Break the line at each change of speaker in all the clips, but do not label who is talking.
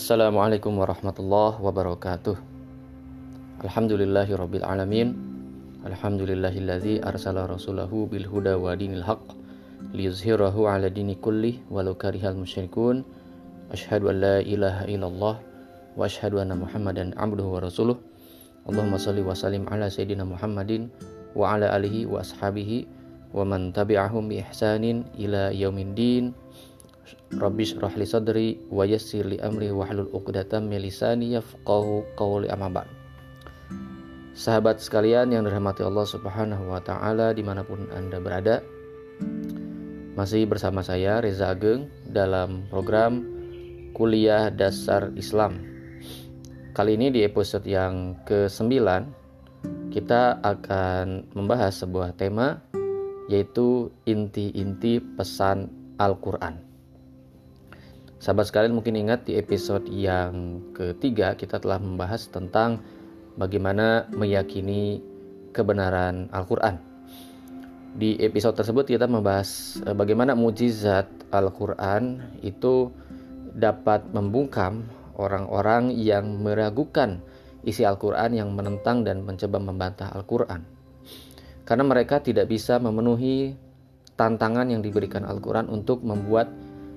Assalamualaikum warahmatullahi wabarakatuh. Alhamdulillahirabbil alamin. Alhamdulillahilladzi arsala rasulahu bil huda wa dinil haqq liyuzhirahu 'ala dini kulli walau karihal musyrikun. Asyhadu an la ilaha illallah wa asyhadu anna Muhammadan 'abduhu wa rasuluh. Allahumma shalli wa sallim ala sayyidina Muhammadin wa ala alihi wa ashabihi wa man tabi'ahum bi ihsanin ila yaumiddin. Rabbi shrah li sadri wa yassir li amri wahlul 'uqdatam min lisani yafqahu qawli, amma ba'd. Sahabat sekalian yang dirahmati Allah Subhanahu wa taala dimanapun Anda berada, masih bersama saya Reza Ageng dalam program Kuliah Dasar Islam. Kali ini di episode yang ke-9 kita akan membahas sebuah tema, yaitu inti-inti pesan Al-Quran. Sahabat sekalian mungkin ingat di episode yang ketiga kita telah membahas tentang bagaimana meyakini kebenaran Al-Quran. Di episode tersebut kita membahas bagaimana mukjizat Al-Quran itu dapat membungkam orang-orang yang meragukan isi Al-Quran, yang menentang dan mencoba membantah Al-Quran. Karena mereka tidak bisa memenuhi tantangan yang diberikan Al-Quran untuk membuat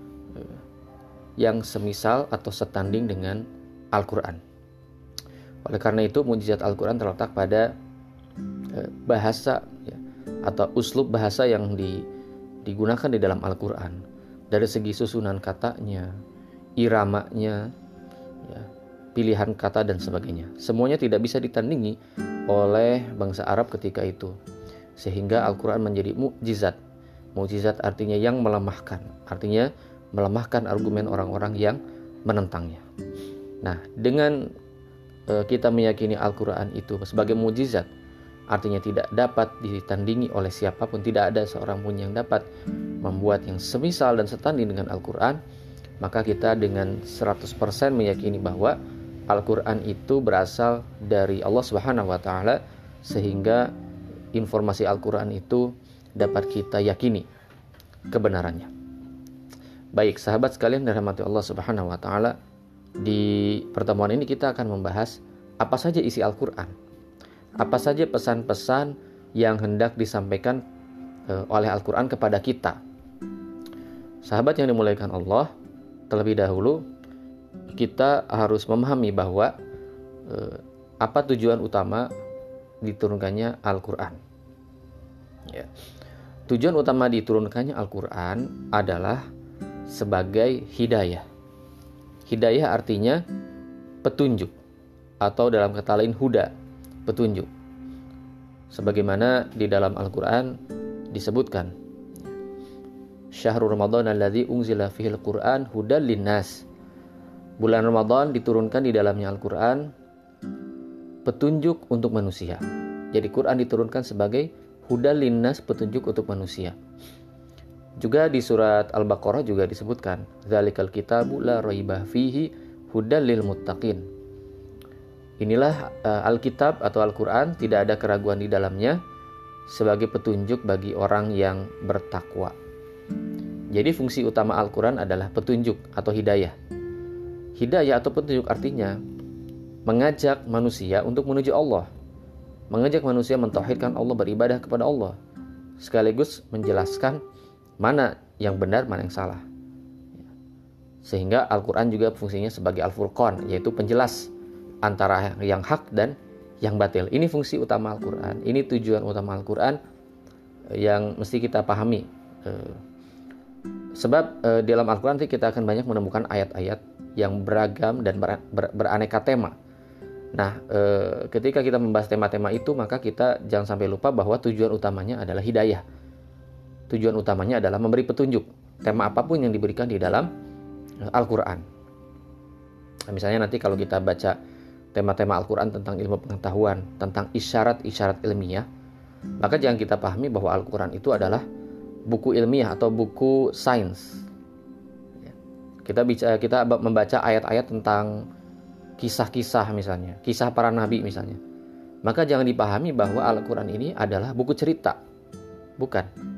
yang semisal atau setanding dengan Al-Quran. Oleh karena itu mukjizat Al-Quran terletak pada bahasa atau uslub bahasa yang digunakan di dalam Al-Quran. Dari segi susunan katanya, iramanya, pilihan kata dan sebagainya. Semuanya tidak bisa ditandingi oleh bangsa Arab ketika itu. Sehingga Al-Quran menjadi mukjizat. Mukjizat artinya yang melemahkan. Artinya melemahkan argumen orang-orang yang menentangnya. Nah, dengan kita meyakini Al-Quran itu sebagai mukjizat, artinya tidak dapat ditandingi oleh siapapun, tidak ada seorang pun yang dapat membuat yang semisal dan setanding dengan Al-Quran, maka kita dengan 100% meyakini bahwa Al-Quran itu berasal dari Allah Subhanahu wa taala, sehingga informasi Al-Quran itu dapat kita yakini kebenarannya. Baik, sahabat sekalian dirahmati Allah Subhanahu wa taala, di pertemuan ini kita akan membahas apa saja isi Al-Qur'an. Apa saja pesan-pesan yang hendak disampaikan oleh Al-Qur'an kepada kita. Sahabat yang dimuliakan Allah, terlebih dahulu kita harus memahami bahwa apa tujuan utama diturunkannya Al-Qur'an. Ya. Tujuan utama diturunkannya Al-Qur'an adalah sebagai hidayah. Hidayah artinya petunjuk, atau dalam kata lain huda, petunjuk. Sebagaimana di dalam Al-Quran disebutkan, Syahrul Ramadan alladzi unzila fihil Qur'an hudal linnas. Bulan Ramadan diturunkan di dalamnya Al-Quran petunjuk untuk manusia. Jadi Quran diturunkan sebagai hudal linnas, petunjuk untuk manusia. Juga di surat Al-Baqarah juga disebutkan, Dzalikal kitabu la raiba fihi hudal lil muttaqin. Inilah Alkitab atau Al-Quran, tidak ada keraguan di dalamnya, sebagai petunjuk bagi orang yang bertakwa. Jadi fungsi utama Al-Quran adalah petunjuk atau hidayah. Hidayah atau petunjuk artinya mengajak manusia untuk menuju Allah, mengajak manusia mentauhidkan Allah, beribadah kepada Allah, sekaligus menjelaskan mana yang benar, mana yang salah. Sehingga Al-Quran juga fungsinya sebagai Al-Furqan, yaitu penjelas antara yang hak dan yang batil. Ini fungsi utama Al-Quran. Ini tujuan utama Al-Quran yang mesti kita pahami. Sebab dalam Al-Quran kita akan banyak menemukan ayat-ayat yang beragam dan beraneka tema. Nah, ketika kita membahas tema-tema itu, maka kita jangan sampai lupa bahwa tujuan utamanya adalah hidayah. Tujuan utamanya adalah memberi petunjuk, tema apapun yang diberikan di dalam Al-Quran. Nah, misalnya nanti kalau kita baca tema-tema Al-Quran tentang ilmu pengetahuan, tentang isyarat-isyarat ilmiah, maka jangan kita pahami bahwa Al-Quran itu adalah buku ilmiah atau buku sains. Kita membaca ayat-ayat tentang kisah-kisah misalnya, kisah para nabi misalnya. Maka jangan dipahami bahwa Al-Quran ini adalah buku cerita. Bukan.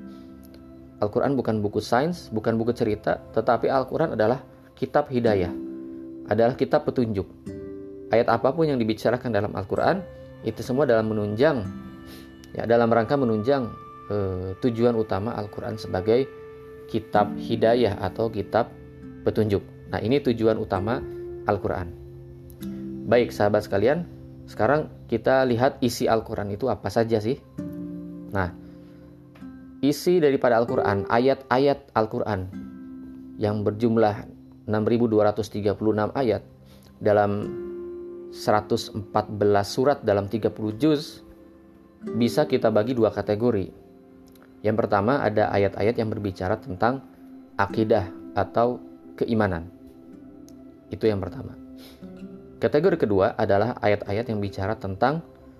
Al-Quran bukan buku sains, bukan buku cerita, tetapi Al-Quran adalah kitab hidayah. adalah kitab petunjuk. Ayat apapun yang dibicarakan dalam Al-Quran itu semua dalam menunjang, ya, dalam rangka menunjang tujuan utama Al-Quran sebagai kitab hidayah atau kitab petunjuk. Nah, ini tujuan utama Al-Quran. Baik sahabat sekalian, sekarang kita lihat isi Al-Quran itu apa saja sih. Nah, isi daripada Al-Quran, ayat-ayat Al-Quran yang berjumlah 6.236 ayat dalam 114 surat dalam 30 juz bisa kita bagi dua kategori. Yang pertama ada ayat-ayat yang berbicara tentang akidah atau keimanan. Itu yang pertama. Kategori kedua adalah ayat-ayat yang bicara tentang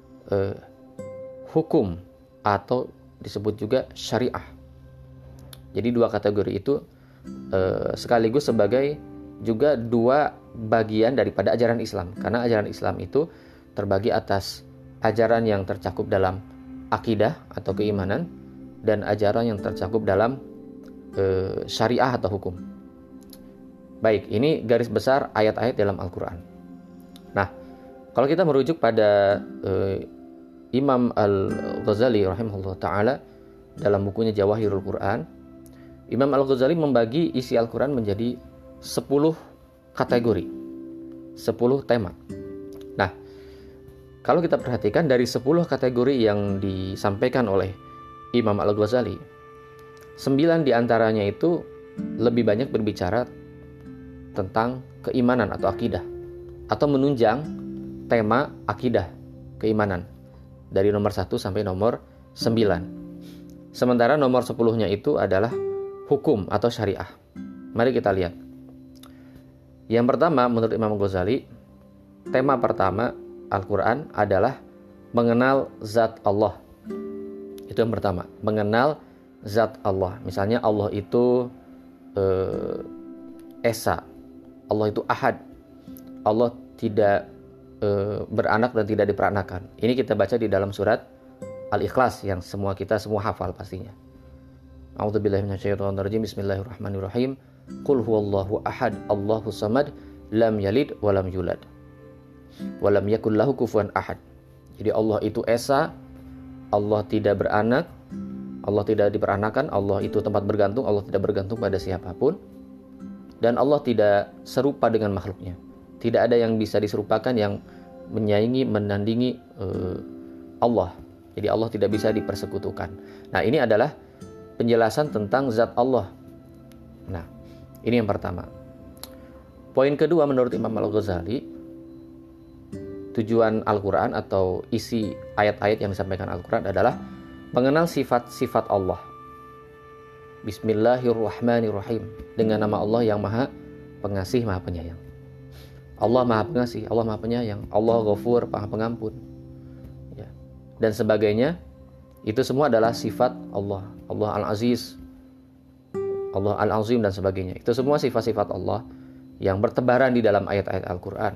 hukum atau disebut juga syariah. Jadi dua kategori itu sekaligus sebagai juga dua bagian daripada ajaran Islam. Karena ajaran Islam itu terbagi atas ajaran yang tercakup dalam akidah atau keimanan dan ajaran yang tercakup dalam syariah atau hukum. Baik, ini garis besar ayat-ayat dalam Al-Quran. Nah, kalau kita merujuk pada Imam Al-Ghazali rahimahullah ta'ala dalam bukunya Jawahirul Quran, Imam Al-Ghazali membagi isi Al-Quran menjadi 10 kategori, 10 tema. Nah, kalau kita perhatikan dari 10 kategori yang disampaikan oleh Imam Al-Ghazali, 9 diantaranya itu lebih banyak berbicara tentang keimanan atau akidah, atau menunjang tema akidah, keimanan, dari nomor 1 sampai nomor 9. Sementara nomor 10-nya itu adalah hukum atau syariah. Mari kita lihat. Yang pertama, menurut Imam Ghazali, tema pertama Al-Quran adalah mengenal zat Allah. Itu yang pertama, mengenal zat Allah. Misalnya Allah itu Esa, Allah itu Ahad, Allah tidak beranak dan tidak diperanakan. Ini kita baca di dalam surat Al-Ikhlas yang kita semua hafal pastinya. A'udzubillahi minasyaitonirrajim. Bismillahirrahmanirrahim. Qul huwallahu ahad, Allahu samad, lam yalid walam yulad, walam yakul lahu kufuwan ahad. Jadi Allah itu Esa, Allah tidak beranak, Allah tidak diperanakan, Allah itu tempat bergantung, Allah tidak bergantung pada siapapun, dan Allah tidak serupa dengan makhluknya. Tidak ada yang bisa diserupakan yang menyaingi, menandingi Allah. Jadi Allah tidak bisa dipersekutukan. Nah, ini adalah penjelasan tentang zat Allah. Nah, ini yang pertama. Poin kedua menurut Imam Al-Ghazali, tujuan Al-Quran atau isi ayat-ayat yang disampaikan Al-Quran adalah mengenal sifat-sifat Allah. Bismillahirrahmanirrahim. Dengan nama Allah yang maha pengasih, maha penyayang. Allah maha pengasih, Allah maha penyayang, Allah Ghafur, maha pengampun, ya, dan sebagainya. Itu semua adalah sifat Allah. Allah Al-Aziz, Allah Al-Azim, dan sebagainya. Itu semua sifat-sifat Allah yang bertebaran di dalam ayat-ayat Al-Quran.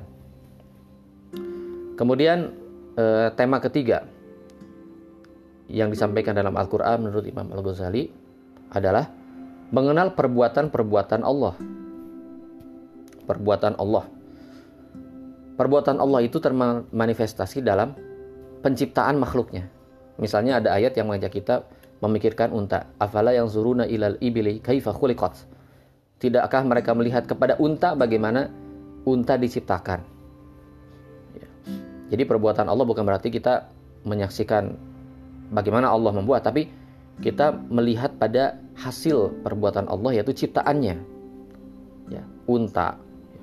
Kemudian tema ketiga yang disampaikan dalam Al-Quran menurut Imam Al-Ghazali adalah mengenal perbuatan-perbuatan Allah. Perbuatan Allah. Perbuatan Allah itu termanifestasi dalam penciptaan makhluknya. Misalnya ada ayat yang mengajak kita memikirkan unta. Afala yanzuruna ilal ibili kaifa khuliqat. Tidakkah mereka melihat kepada unta bagaimana unta diciptakan? Ya. Jadi perbuatan Allah bukan berarti kita menyaksikan bagaimana Allah membuat, tapi kita melihat pada hasil perbuatan Allah, yaitu ciptaannya. Ya, unta.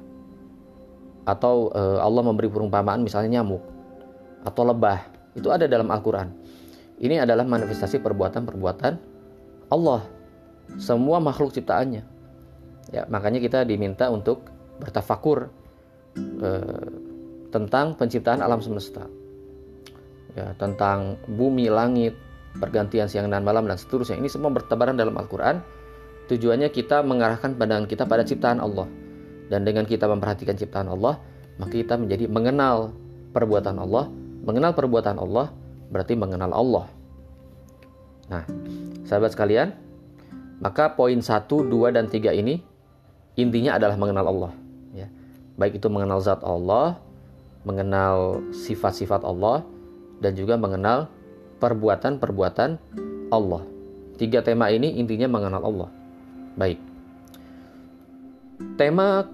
Atau Allah memberi perumpamaan misalnya nyamuk atau lebah. Itu ada dalam Al-Quran. Ini adalah manifestasi perbuatan-perbuatan Allah. Semua makhluk ciptaannya. Ya, makanya kita diminta untuk bertafakur tentang penciptaan alam semesta. Ya, tentang bumi, langit, pergantian siang dan malam, dan seterusnya. Ini semua bertebaran dalam Al-Quran. Tujuannya kita mengarahkan pandangan kita pada ciptaan Allah. Dan dengan kita memperhatikan ciptaan Allah, maka kita menjadi mengenal perbuatan Allah. Mengenal perbuatan Allah berarti mengenal Allah. Nah, sahabat sekalian, maka poin 1, 2, dan 3 ini intinya adalah mengenal Allah. Ya. baik itu mengenal zat Allah, mengenal sifat-sifat Allah, dan juga mengenal perbuatan-perbuatan Allah. 3 tema ini intinya mengenal Allah. Baik. Tema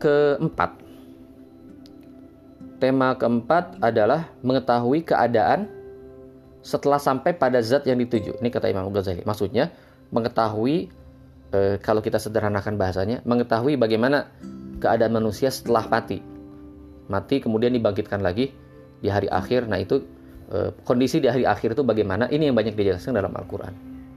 keempat adalah mengetahui keadaan setelah sampai pada zat yang dituju. Ini kata Imam Al-Ghazali. Maksudnya mengetahui, kalau kita sederhanakan bahasanya, mengetahui bagaimana keadaan manusia setelah mati kemudian dibangkitkan lagi di hari akhir. Nah itu kondisi di hari akhir itu bagaimana, ini yang banyak dijelaskan dalam Al-Quran.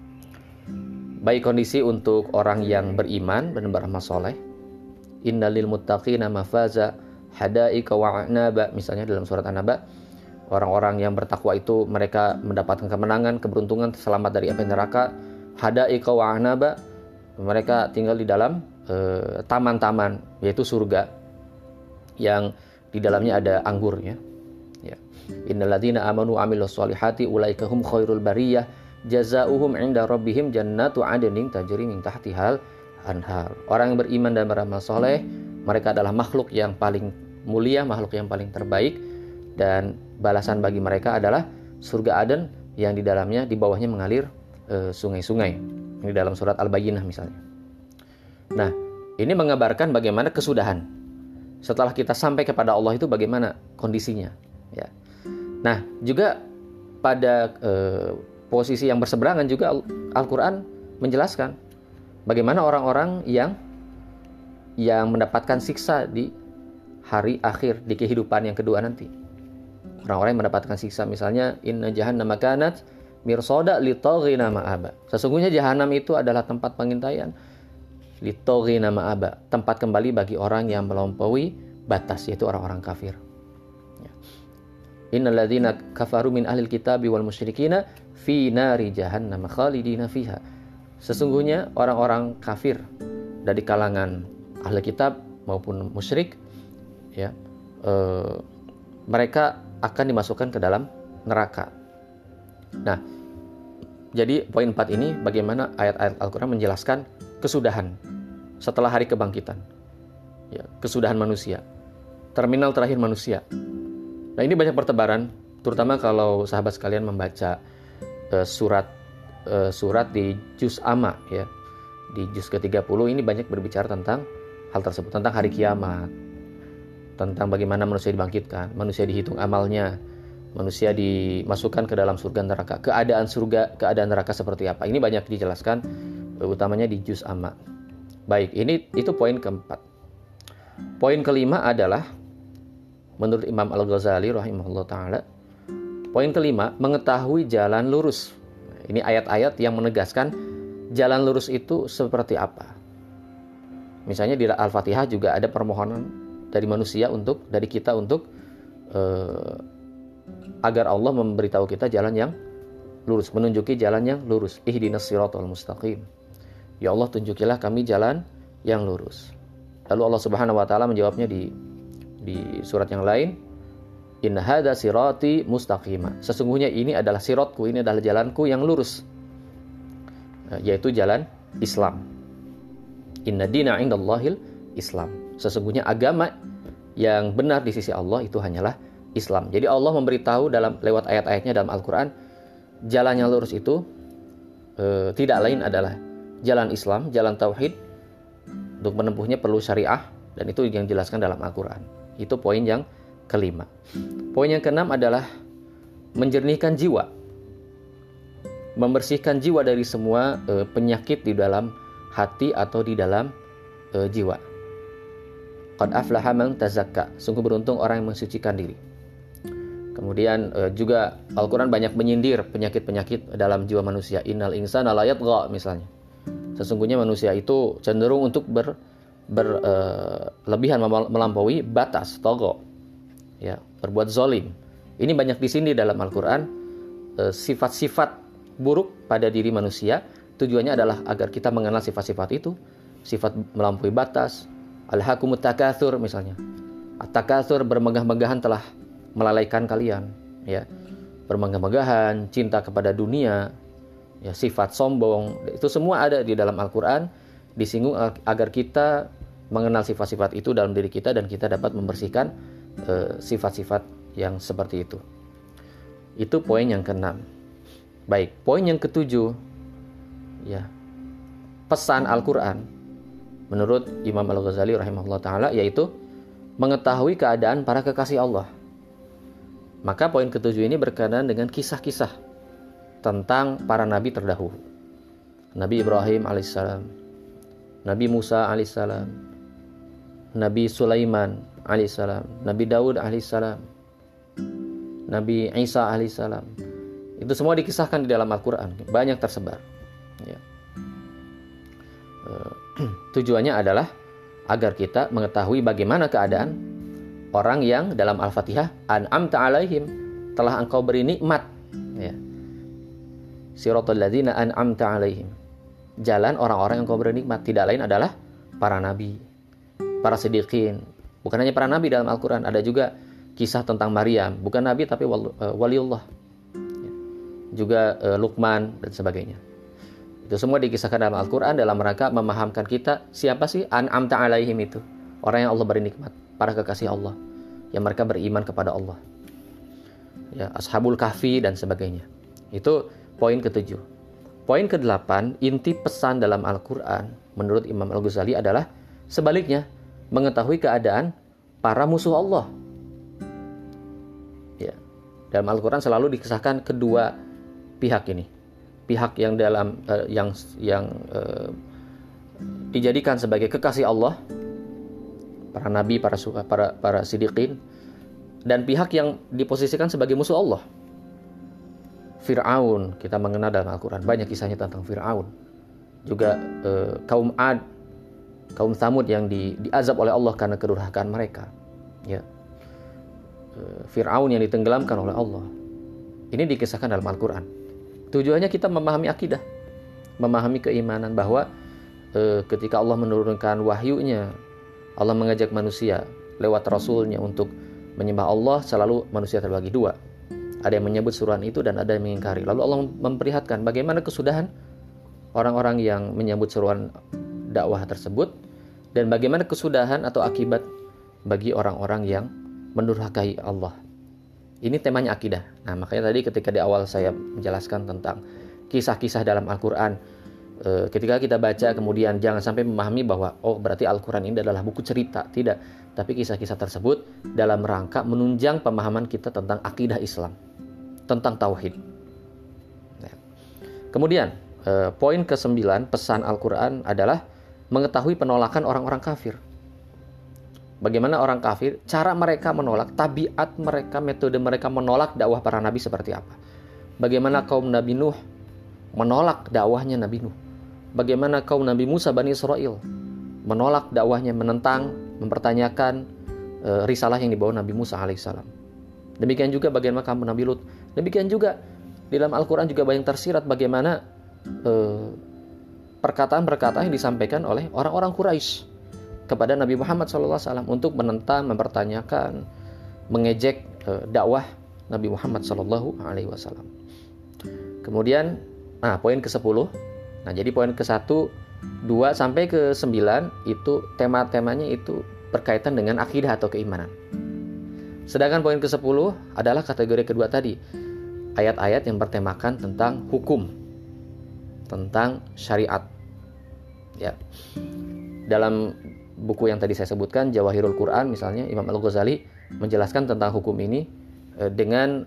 Baik kondisi untuk orang yang beriman dan beramal soleh, innalil muttaqina mafaza hadaika wa a'naba, misalnya dalam surat An-Naba, orang-orang yang bertakwa itu mereka mendapatkan kemenangan, keberuntungan, selamat dari api neraka. Hadaika wa a'naba, mereka tinggal di dalam taman-taman, yaitu surga yang di dalamnya ada anggurnya. Ya. Innalladzina amanu amilus solihati ulaika hum khairul bariyah jazaohum 'inda rabbihim jannatu 'adnin tajri min tahtihal anhar. Orang yang beriman dan beramal soleh, mereka adalah makhluk yang paling mulia, makhluk yang paling terbaik, dan balasan bagi mereka adalah surga Aden yang di dalamnya, di bawahnya mengalir sungai-sungai. Ini dalam surat Al-Bayyinah misalnya. Nah, ini mengabarkan bagaimana kesudahan setelah kita sampai kepada Allah itu bagaimana kondisinya. Ya. Nah, juga pada posisi yang berseberangan juga Al-Quran menjelaskan bagaimana orang-orang yang mendapatkan siksa di hari akhir, di kehidupan yang kedua nanti. Orang-orang yang mendapatkan siksa, misalnya inna jahannama kanat mirsada litaghina ma'aba. Sesungguhnya jahanam itu adalah tempat pengintaian, litaghina ma'aba, tempat kembali bagi orang yang melampaui batas, yaitu orang-orang kafir. Innal ladzina kafaru min ahlil kitabi wal musyrikina fi nari jahannam khalidina fiha. Sesungguhnya orang-orang kafir dari kalangan ahli kitab maupun musyrik, ya, mereka akan dimasukkan ke dalam neraka. Nah, jadi poin 4 ini bagaimana ayat-ayat Al-Quran menjelaskan kesudahan setelah hari kebangkitan, ya, kesudahan manusia, terminal terakhir manusia. Nah, ini banyak pertebaran, terutama kalau sahabat sekalian membaca surat di Juz Amma, ya, di Juz ke-30 ini banyak berbicara tentang hal tersebut, tentang hari kiamat, tentang bagaimana manusia dibangkitkan, manusia dihitung amalnya, manusia dimasukkan ke dalam surga neraka, keadaan surga, keadaan neraka seperti apa. Ini banyak dijelaskan, utamanya di Juz Amma. Baik, itu poin keempat. Poin kelima adalah menurut Imam Al-Ghazali rahimahullah ta'ala, poin kelima, mengetahui jalan lurus. Ini ayat-ayat yang menegaskan jalan lurus itu seperti apa. Misalnya di Al-Fatihah juga ada permohonan dari manusia dari kita untuk agar Allah memberitahu kita jalan yang lurus, menunjuki jalan yang lurus. Ihdinas siratal mustaqim. Ya Allah, tunjukilah kami jalan yang lurus. Lalu Allah Subhanahu wa taala menjawabnya di surat yang lain, in hadza sirati mustaqima. Sesungguhnya ini adalah siratku, ini adalah jalanku yang lurus, yaitu jalan Islam. Inna dina indallahil Islam. Sesungguhnya agama yang benar di sisi Allah itu hanyalah Islam. Jadi Allah memberitahu lewat ayat-ayatnya dalam Al-Quran, jalan yang lurus itu tidak lain adalah jalan Islam, jalan tauhid. Untuk menempuhnya perlu syariah, dan itu yang dijelaskan dalam Al-Quran. Itu poin yang kelima. Poin yang keenam adalah menjernihkan jiwa, membersihkan jiwa dari semua penyakit di dalam hati atau di dalam jiwa. Qad aflaha man tazakka. Sungguh beruntung orang yang mensucikan diri. Kemudian juga Al-Quran banyak menyindir penyakit-penyakit dalam jiwa manusia. Innal insana la yatgha misalnya. Sesungguhnya manusia itu cenderung untuk berlebihan, melampaui batas, tagha, ya, berbuat zalim. Ini banyak disindir dalam Al-Quran, sifat-sifat buruk pada diri manusia. Tujuannya adalah agar kita mengenal sifat-sifat itu, sifat melampaui batas. Alhaakumut takatsur misalnya. At-takatsur, bermegah-megahan telah melalaikan kalian, ya. Bermegah-megahan, cinta kepada dunia, ya, sifat sombong, itu semua ada di dalam Al-Quran, disinggung agar kita mengenal sifat-sifat itu dalam diri kita dan kita dapat membersihkan sifat-sifat yang seperti itu. Itu poin yang keenam. Baik, poin yang ketujuh, ya, pesan Al-Quran menurut Imam Al-Ghazali rahimahullah ta'ala, yaitu mengetahui keadaan para kekasih Allah. Maka poin ketujuh ini berkaitan dengan kisah-kisah tentang para nabi terdahulu. Nabi Ibrahim alaihissalam, Nabi Musa alaihissalam, Nabi Sulaiman alaihissalam, Nabi Daud alaihissalam, Nabi Isa alaihissalam. Itu semua dikisahkan di dalam Al-Quran, banyak tersebar, ya. Tujuannya adalah agar kita mengetahui bagaimana keadaan orang yang dalam Al-Fatihah an'amta alaihim, telah engkau beri nikmat, ya. Siratal ladzina an'amta alaihim, jalan orang-orang yang engkau beri nikmat, tidak lain adalah para nabi, para siddiqin. Bukan hanya para nabi dalam Al-Quran, ada juga kisah tentang Maryam, bukan nabi tapi waliullah, ya. Juga Luqman dan sebagainya. Itu semua dikisahkan dalam Al-Quran dalam rangka memahamkan kita siapa sih an'amta alaihim itu. Orang yang Allah beri nikmat, para kekasih Allah, yang mereka beriman kepada Allah, ya, Ashabul Kahfi dan sebagainya. Itu poin ketujuh. Poin ke-8, inti pesan dalam Al-Quran menurut Imam Al-Ghazali adalah sebaliknya, mengetahui keadaan para musuh Allah. Ya, dalam Al-Quran selalu dikisahkan kedua pihak ini. Pihak yang dalam yang dijadikan sebagai kekasih Allah, para nabi, para siddiqin, dan pihak yang diposisikan sebagai musuh Allah. Fir'aun, kita mengenal dalam Al-Quran banyak kisahnya tentang Fir'aun. Juga kaum Ad, kaum Tsamud yang diazab oleh Allah karena kedurhakaan mereka, ya. Fir'aun yang ditenggelamkan oleh Allah. Ini dikisahkan dalam Al-Quran. Tujuannya kita memahami akidah, memahami keimanan bahwa ketika Allah menurunkan wahyunya, Allah mengajak manusia lewat Rasulnya untuk menyembah Allah, selalu manusia terbagi dua. Ada yang menyebut suruhan itu dan ada yang mengingkari. Lalu Allah memperlihatkan bagaimana kesudahan orang-orang yang menyambut seruan dakwah tersebut, dan bagaimana kesudahan atau akibat bagi orang-orang yang mendurhakai Allah. Ini temanya akidah. Nah, makanya tadi ketika di awal saya menjelaskan tentang kisah-kisah dalam Al-Quran, ketika kita baca kemudian jangan sampai memahami bahwa oh berarti Al-Quran ini adalah buku cerita. Tidak, tapi kisah-kisah tersebut dalam rangka menunjang pemahaman kita tentang akidah Islam, tentang tauhid. Nah, kemudian poin ke-9 pesan Al-Quran adalah mengetahui penolakan orang-orang kafir. Bagaimana orang kafir, cara mereka menolak, tabiat mereka, metode mereka menolak dakwah para nabi seperti apa. Bagaimana kaum Nabi Nuh menolak dakwahnya Nabi Nuh. Bagaimana kaum Nabi Musa Bani Israel menolak dakwahnya, menentang, mempertanyakan risalah yang dibawa Nabi Musa alaihissalam. Demikian juga bagaimana kaum Nabi Lut. Demikian juga di dalam Al-Quran juga banyak tersirat bagaimana perkataan-perkataan yang disampaikan oleh orang-orang Quraisy kepada Nabi Muhammad SAW untuk menentang, mempertanyakan, mengejek dakwah Nabi Muhammad SAW. Kemudian, poin ke-10. Nah, jadi poin ke-1, 2 sampai ke-9 itu tema-temanya itu berkaitan dengan akidah atau keimanan. Sedangkan poin ke-10 adalah kategori kedua tadi, ayat-ayat yang bertemakan tentang hukum, tentang syariat. Ya. Dalam buku yang tadi saya sebutkan, Jawahirul Quran misalnya, Imam Al-Ghazali menjelaskan tentang hukum ini dengan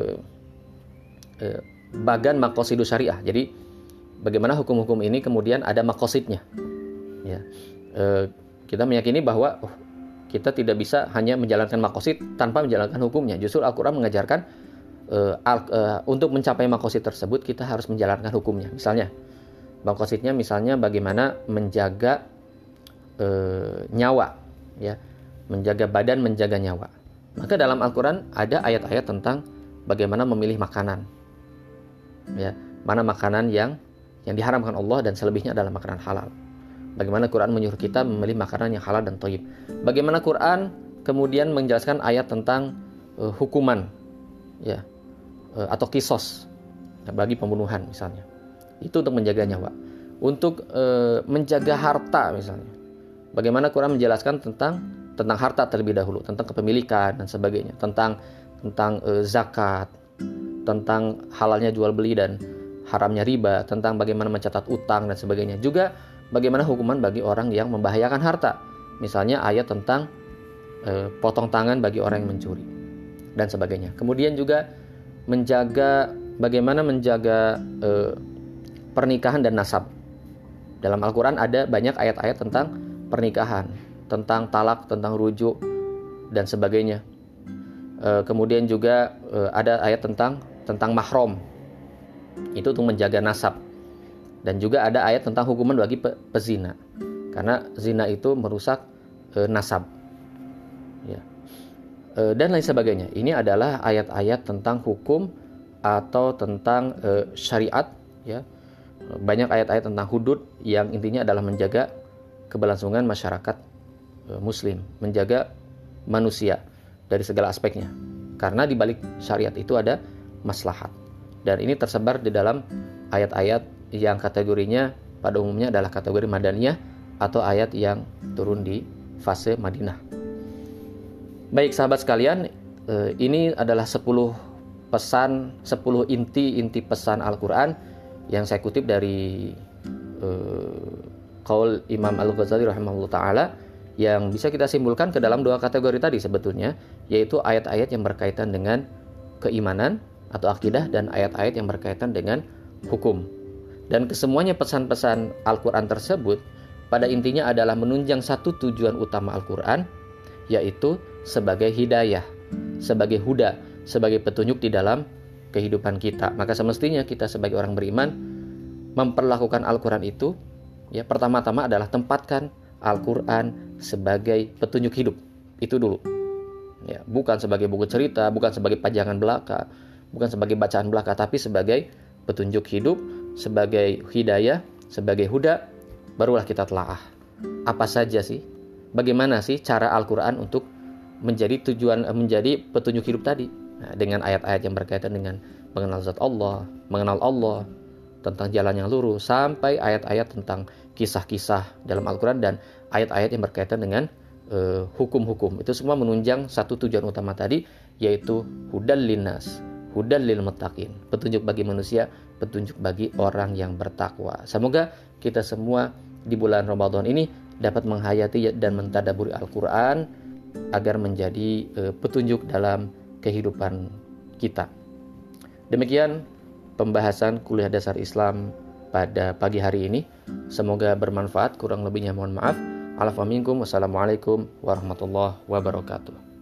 bagan maqasidus syariah. Jadi bagaimana hukum-hukum ini kemudian ada maqasidnya. Ya. Kita meyakini bahwa kita tidak bisa hanya menjalankan maqasid tanpa menjalankan hukumnya. Justru Al-Quran mengajarkan untuk mencapai maqasid tersebut kita harus menjalankan hukumnya. Misalnya maqasidnya misalnya bagaimana menjaga nyawa, ya, menjaga badan, menjaga nyawa. Maka dalam Al-Quran ada ayat-ayat tentang bagaimana memilih makanan, ya, mana makanan yang diharamkan Allah dan selebihnya adalah makanan halal. Bagaimana Quran menyuruh kita memilih makanan yang halal dan thayyib. Bagaimana Quran kemudian menjelaskan ayat tentang hukuman, ya, atau kisos bagi pembunuhan misalnya. Itu untuk menjaga nyawa, untuk menjaga harta misalnya. Bagaimana Quran menjelaskan tentang harta terlebih dahulu, tentang kepemilikan dan sebagainya, tentang zakat, tentang halalnya jual beli dan haramnya riba, tentang bagaimana mencatat utang dan sebagainya. Juga bagaimana hukuman bagi orang yang membahayakan harta. Misalnya ayat tentang potong tangan bagi orang yang mencuri dan sebagainya. Kemudian juga bagaimana menjaga pernikahan dan nasab. Dalam Al-Quran ada banyak ayat-ayat tentang pernikahan, tentang talak, tentang rujuk dan sebagainya. Kemudian juga ada ayat tentang mahram, itu untuk menjaga nasab. Dan juga ada ayat tentang hukuman bagi pezina, karena zina itu merusak nasab, ya. Dan lain sebagainya. Ini adalah ayat-ayat tentang hukum atau tentang syariat, ya. Banyak ayat-ayat tentang hudud yang intinya adalah menjaga keberlangsungan masyarakat muslim, menjaga manusia dari segala aspeknya. Karena di balik syariat itu ada maslahat. Dan ini tersebar di dalam ayat-ayat yang kategorinya pada umumnya adalah kategori Madaniyah atau ayat yang turun di fase Madinah. Baik sahabat sekalian, ini adalah 10 inti pesan Al-Quran yang saya kutip dari qaul Imam Al-Ghazali rahimahullah ta'ala, yang bisa kita simpulkan ke dalam dua kategori tadi sebetulnya, yaitu ayat-ayat yang berkaitan dengan keimanan atau akidah dan ayat-ayat yang berkaitan dengan hukum. Dan kesemuanya pesan-pesan Al-Quran tersebut pada intinya adalah menunjang satu tujuan utama Al-Quran, yaitu sebagai hidayah, sebagai huda, sebagai petunjuk di dalam kehidupan kita. Maka semestinya kita sebagai orang beriman memperlakukan Al-Quran itu, ya, pertama-tama adalah tempatkan Al-Quran sebagai petunjuk hidup. Itu dulu, ya, bukan sebagai buku cerita, bukan sebagai pajangan belaka, bukan sebagai bacaan belaka, tapi sebagai petunjuk hidup, sebagai hidayah, sebagai huda. Barulah kita telaah apa saja sih, bagaimana sih cara Al-Quran untuk menjadi petunjuk hidup tadi. Nah, dengan ayat-ayat yang berkaitan dengan mengenal zat Allah, mengenal Allah, tentang jalan yang lurus, sampai ayat-ayat tentang kisah-kisah dalam Al-Quran dan ayat-ayat yang berkaitan dengan hukum-hukum. Itu semua menunjang satu tujuan utama tadi, yaitu hudal linnas, hudal lil muttaqin, petunjuk bagi manusia, petunjuk bagi orang yang bertakwa. Semoga kita semua di bulan Ramadan ini dapat menghayati dan mentadaburi Al-Quran agar menjadi petunjuk dalam kehidupan kita. Demikian pembahasan kuliah dasar Islam pada pagi hari ini. Semoga bermanfaat, kurang lebihnya mohon maaf. Alafu minkum. Wassalamualaikum warahmatullahi wabarakatuh.